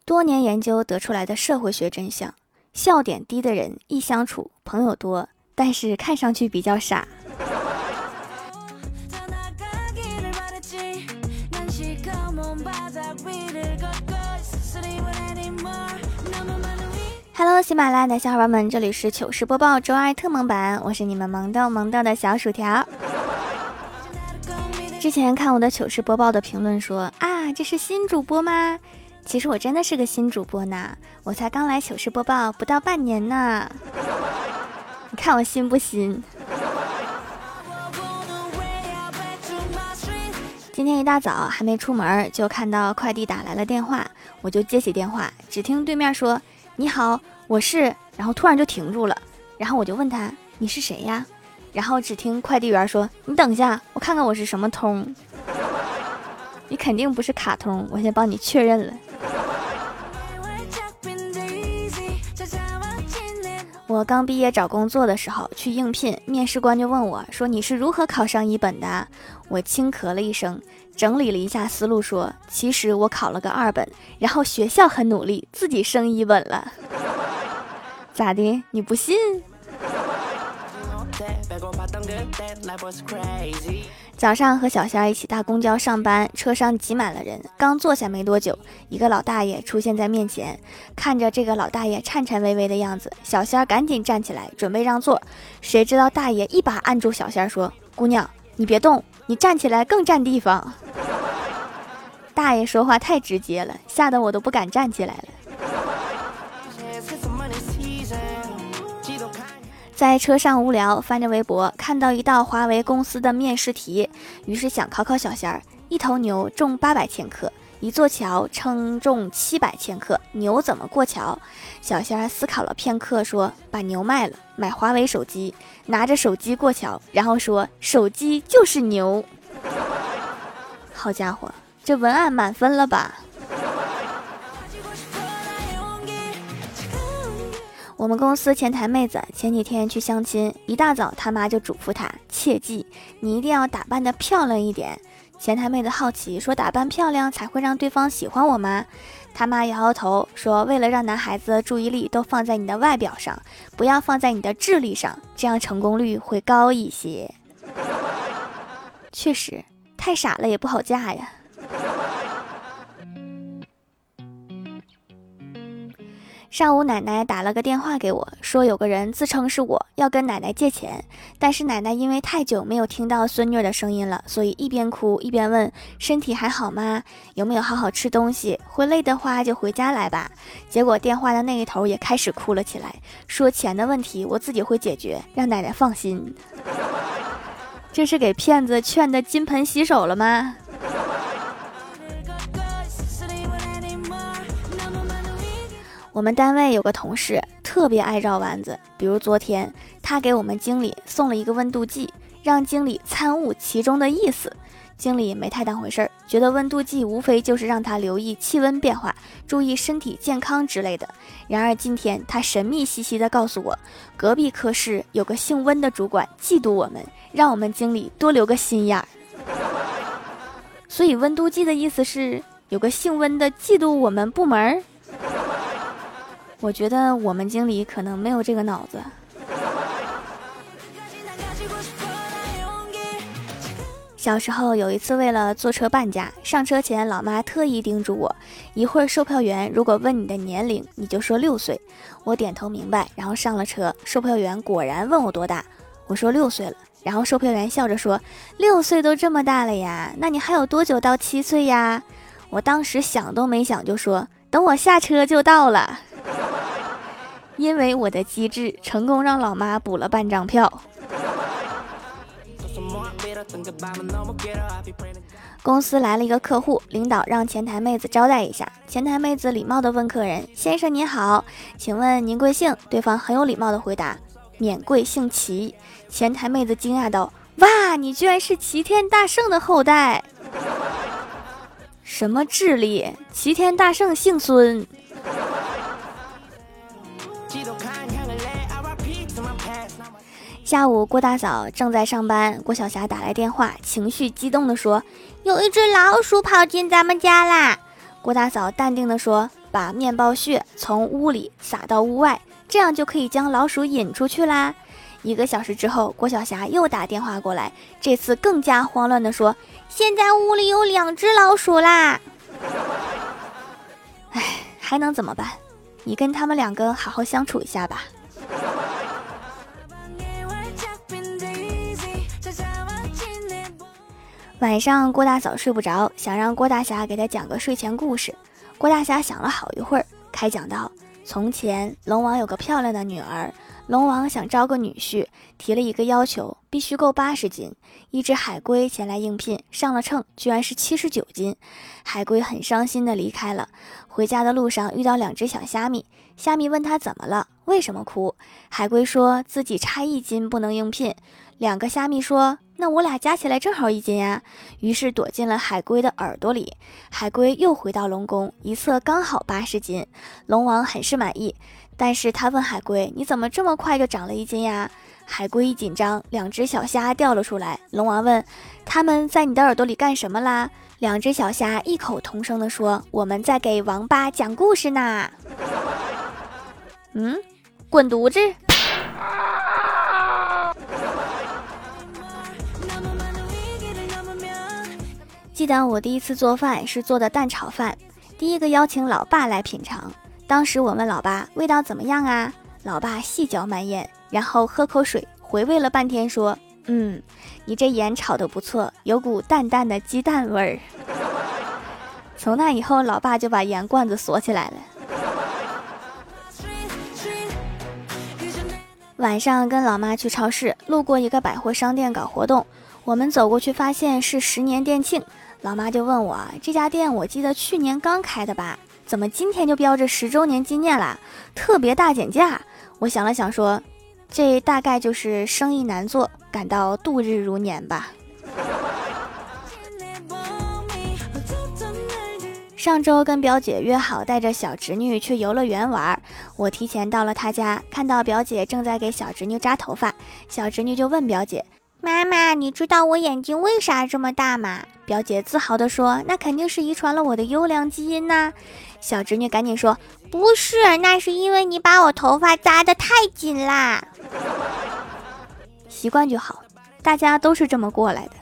多年研究得出来的社会学真相：笑点低的人易相处，朋友多，但是看上去比较傻。Hello， 喜马拉雅的小伙伴们，这里是糗事播报周二特萌版，我是你们萌豆的小薯条。之前看我的糗事播报的评论说啊，这是新主播吗？其实我真的是个新主播呢，我才刚来糗事播报不到半年呢。你看我新不新？今天一大早还没出门，就看到快递打来了电话，我就接起电话，只听对面说你好，我是，然后突然就停住了，然后我就问他你是谁呀？然后只听快递员说你等一下，我看看我是什么通。你肯定不是卡通，我先帮你确认了。我刚毕业找工作的时候去应聘，面试官就问我说你是如何考上一本的？我轻咳了一声，整理了一下思路说其实我考了个2本，然后学校很努力，自己升1本了。咋的？你不信？早上和小仙一起搭公交上班，车上挤满了人，刚坐下没多久，一个老大爷出现在面前，看着这个老大爷颤颤巍巍的样子，小仙赶紧站起来准备让座，谁知道大爷一把按住小仙说姑娘你别动，你站起来更占地方。大爷说话太直接了，吓得我都不敢站起来了。在车上无聊，翻着微博，看到一道华为公司的面试题，于是想考考小仙儿。一头牛重800千克，一座桥称重700千克，牛怎么过桥？小仙儿思考了片刻，说把牛卖了，买华为手机，拿着手机过桥，然后说手机就是牛。好家伙，这文案满分了吧？我们公司前台妹子前几天去相亲，一大早他妈就嘱咐她切记你一定要打扮得漂亮一点。前台妹子好奇说打扮漂亮才会让对方喜欢我吗？他妈摇摇头说为了让男孩子的注意力都放在你的外表上，不要放在你的智力上，这样成功率会高一些。确实太傻了也不好嫁呀。上午奶奶打了个电话给我，说有个人自称是我，要跟奶奶借钱，但是奶奶因为太久没有听到孙女的声音了，所以一边哭一边问身体还好吗？有没有好好吃东西？会累的话就回家来吧。结果电话的那一头也开始哭了起来，说钱的问题我自己会解决，让奶奶放心。这是给骗子劝得金盆洗手了吗？我们单位有个同事特别爱绕弯子，比如昨天他给我们经理送了一个温度计，让经理参悟其中的意思。经理没太当回事儿，觉得温度计无非就是让他留意气温变化，注意身体健康之类的。然而今天他神秘兮兮地告诉我，隔壁科室有个姓温的主管嫉妒我们，让我们经理多留个心眼儿。所以温度计的意思是有个姓温的嫉妒我们部门。我觉得我们经理可能没有这个脑子。小时候有一次为了坐车半价，上车前老妈特意叮嘱我，一会儿售票员如果问你的年龄，你就说6岁。我点头明白，然后上了车，售票员果然问我多大，我说6岁了，然后售票员笑着说6岁都这么大了呀，那你还有多久到7岁呀？我当时想都没想就说等我下车就到了。因为我的机智，成功让老妈补了半张票。公司来了一个客户，领导让前台妹子招待一下。前台妹子礼貌地问客人：先生您好，请问您贵姓？对方很有礼貌地回答：免贵姓齐。前台妹子惊讶道：哇，你居然是齐天大圣的后代。什么智力？齐天大圣姓孙。下午郭大嫂正在上班，郭晓霞打来电话，情绪激动地说有一只老鼠跑进咱们家啦。郭大嫂淡定地说把面包屑从屋里撒到屋外，这样就可以将老鼠引出去啦。1个小时之后，郭晓霞又打电话过来，这次更加慌乱地说，现在屋里有2只老鼠啦。唉，还能怎么办？你跟他们2个好好相处一下吧。晚上郭大嫂睡不着，想让郭大侠给她讲个睡前故事。郭大侠想了好一会儿，开讲道，从前龙王有个漂亮的女儿，龙王想招个女婿，提了一个要求，必须够80斤。一只海龟前来应聘，上了秤，居然是79斤。海龟很伤心的离开了。回家的路上遇到2只小虾米，虾米问他怎么了，为什么哭？海龟说自己差1斤不能应聘。2个虾米说，那我俩加起来正好1斤呀。于是躲进了海龟的耳朵里。海龟又回到龙宫，一测刚好80斤。龙王很是满意，但是他问海龟，你怎么这么快就长了1斤呀？海龟一紧张，2只小虾掉了出来。龙王问，他们在你的耳朵里干什么啦？2只小虾异口同声地说，我们在给王八讲故事呢。滚犊子！记得我第一次做饭是做的蛋炒饭，第一个邀请老爸来品尝。当时我问老爸味道怎么样啊？老爸细嚼慢咽，然后喝口水，回味了半天说，你这盐炒得不错，有股淡淡的鸡蛋味儿。从那以后，老爸就把盐罐子锁起来了。晚上跟老妈去超市，路过一个百货商店搞活动，我们走过去发现是10年店庆。老妈就问我，这家店我记得去年刚开的吧，怎么今天就标着10周年纪念啦？特别大减价。我想了想说，这大概就是生意难做，感到度日如年吧。上周跟表姐约好带着小侄女去游乐园玩，我提前到了她家，看到表姐正在给小侄女扎头发，小侄女就问表姐，妈妈，你知道我眼睛为啥这么大吗？表姐自豪地说，那肯定是遗传了我的优良基因呐。小侄女赶紧说，不是，那是因为你把我头发扎得太紧啦。习惯就好，大家都是这么过来的。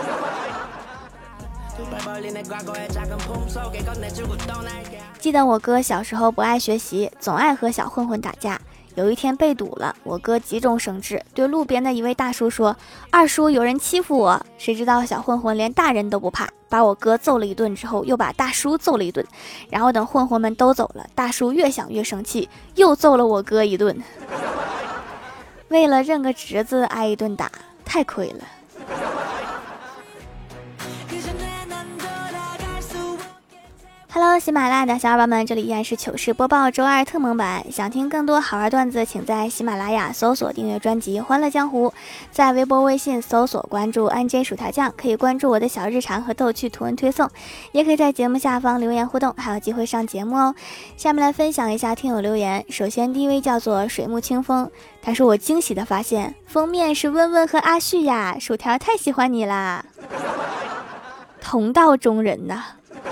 记得我哥小时候不爱学习，总爱和小混混打架。有一天被堵了，我哥急中生智，对路边的一位大叔说，二叔，有人欺负我。谁知道小混混连大人都不怕，把我哥揍了一顿之后，又把大叔揍了一顿。然后等混混们都走了，大叔越想越生气，又揍了我哥一顿。为了认个侄子挨一顿打，太亏了。Hello， 喜马拉雅的小伙伴们，这里依然是糗事播报周2特蒙版。想听更多好玩段子，请在喜马拉雅搜索订阅专辑《欢乐江湖》，在微博、微信搜索关注 NJ 薯条酱，可以关注我的小日常和逗趣图文推送，也可以在节目下方留言互动，还有机会上节目哦。下面来分享一下听友留言。首先第一位叫做水木清风，他说，我惊喜的发现封面是温温和阿旭呀，薯条太喜欢你啦，同道中人呐。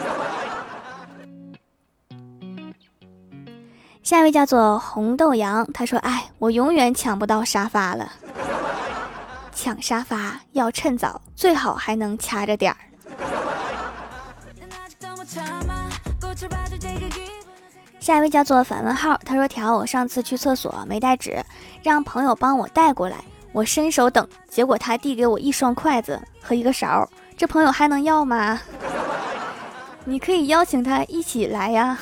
下一位叫做红豆阳，他说，我永远抢不到沙发了，抢沙发要趁早，最好还能掐着点儿。下一位叫做反问号，他说，条，我上次去厕所没带纸，让朋友帮我带过来，我伸手等，结果他递给我一双筷子和一个勺，这朋友还能要吗？你可以邀请他一起来呀。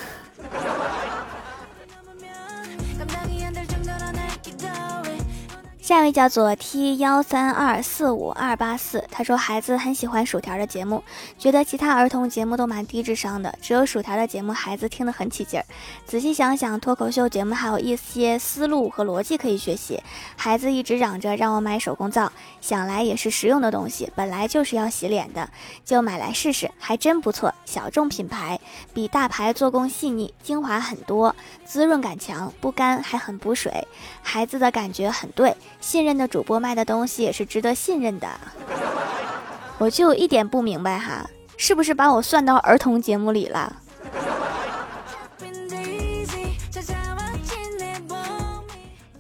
下一位叫做 T132452284，他说，孩子很喜欢薯条的节目，觉得其他儿童节目都蛮低智商的，只有薯条的节目孩子听得很起劲儿。仔细想想，脱口秀节目还有一些思路和逻辑可以学习。孩子一直嚷着让我买手工皂，想来也是实用的东西，本来就是要洗脸的，就买来试试，还真不错。小众品牌，比大牌做工细腻，精华很多，滋润感强，不干还很补水。孩子的感觉很对，信任的主播卖的东西也是值得信任的。我就一点不明白哈，是不是把我算到儿童节目里了？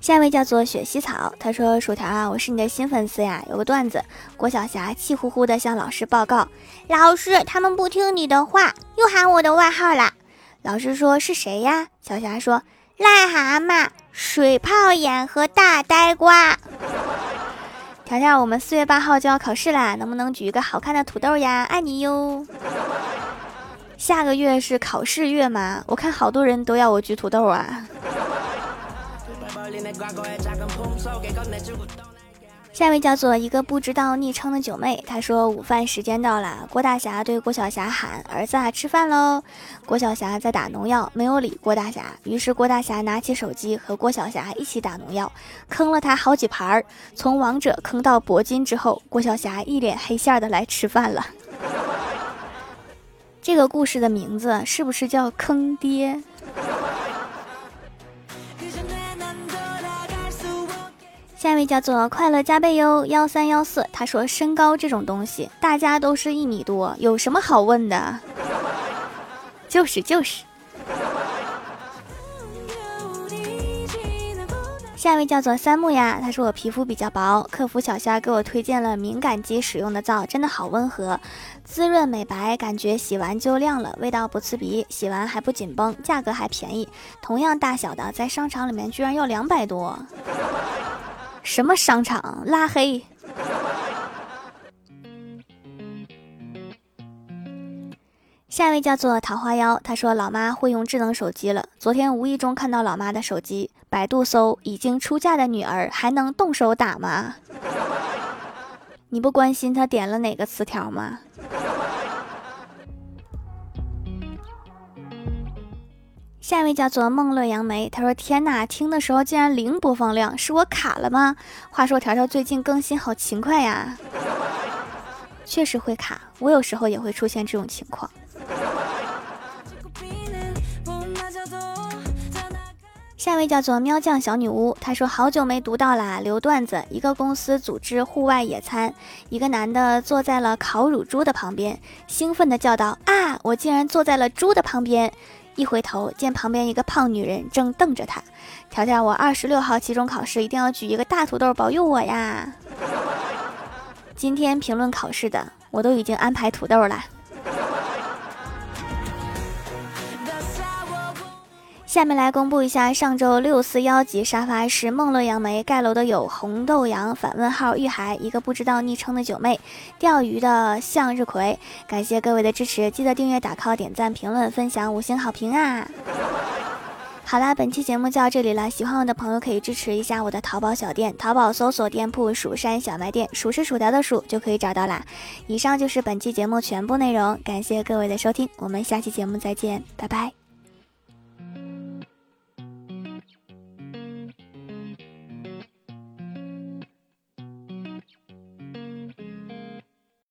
下一位叫做雪西草，他说薯条啊，我是你的新粉丝呀。有个段子，郭晓霞气呼呼地向老师报告，老师他们不听你的话，又喊我的外号啦。老师说是谁呀？小霞说癞蛤蟆、水泡眼和大呆瓜。条条，我们4月8号就要考试啦，能不能举一个好看的土豆呀？爱你哟。下个月是考试月吗？我看好多人都要我举土豆啊。下一位叫做一个不知道昵称的九妹，她说午饭时间到了，郭大侠对郭晓霞喊，儿子啊吃饭喽。郭晓霞在打农药，没有理郭大侠，于是郭大侠拿起手机和郭晓霞一起打农药，坑了他好几盘，从王者坑到铂金之后，郭晓霞一脸黑线的来吃饭了。这个故事的名字是不是叫坑爹？下一位叫做快乐加倍哟1314，他说身高这种东西大家都是1米多，有什么好问的？就是。下一位叫做三木呀，他说我皮肤比较薄，客服小仙给我推荐了敏感肌使用的皂，真的好温和，滋润美白，感觉洗完就亮了，味道不刺鼻，洗完还不紧绷，价格还便宜，同样大小的在商场里面居然要200多。什么商场？拉黑。下一位叫做桃花妖，他说老妈会用智能手机了，昨天无意中看到老妈的手机，百度搜已经出嫁的女儿还能动手打吗？你不关心她点了哪个词条吗？下一位叫做梦乐杨梅，他说天哪，听的时候竟然0播放量，是我卡了吗？话说条条最近更新好勤快呀。确实会卡，我有时候也会出现这种情况。下一位叫做喵酱小女巫，她说好久没读到啦，留段子。一个公司组织户外野餐，一个男的坐在了烤乳猪的旁边，兴奋地叫道啊，我竟然坐在了猪的旁边。一回头见旁边一个胖女人正瞪着他，条条，我26号期中考试一定要举一个大土豆保佑我呀。今天评论考试的我都已经安排土豆了。下面来公布一下上周641级沙发是梦乐杨梅，盖楼的有红豆阳、反问号玉海，一个不知道昵称的九妹，钓鱼的向日葵。感谢各位的支持，记得订阅、打 call、点赞、评论、分享5星好评啊！好啦，本期节目就到这里了，喜欢我的朋友可以支持一下我的淘宝小店，淘宝搜索店铺蜀山小卖店，蜀是薯条的蜀就可以找到啦。以上就是本期节目全部内容，感谢各位的收听，我们下期节目再见，拜拜。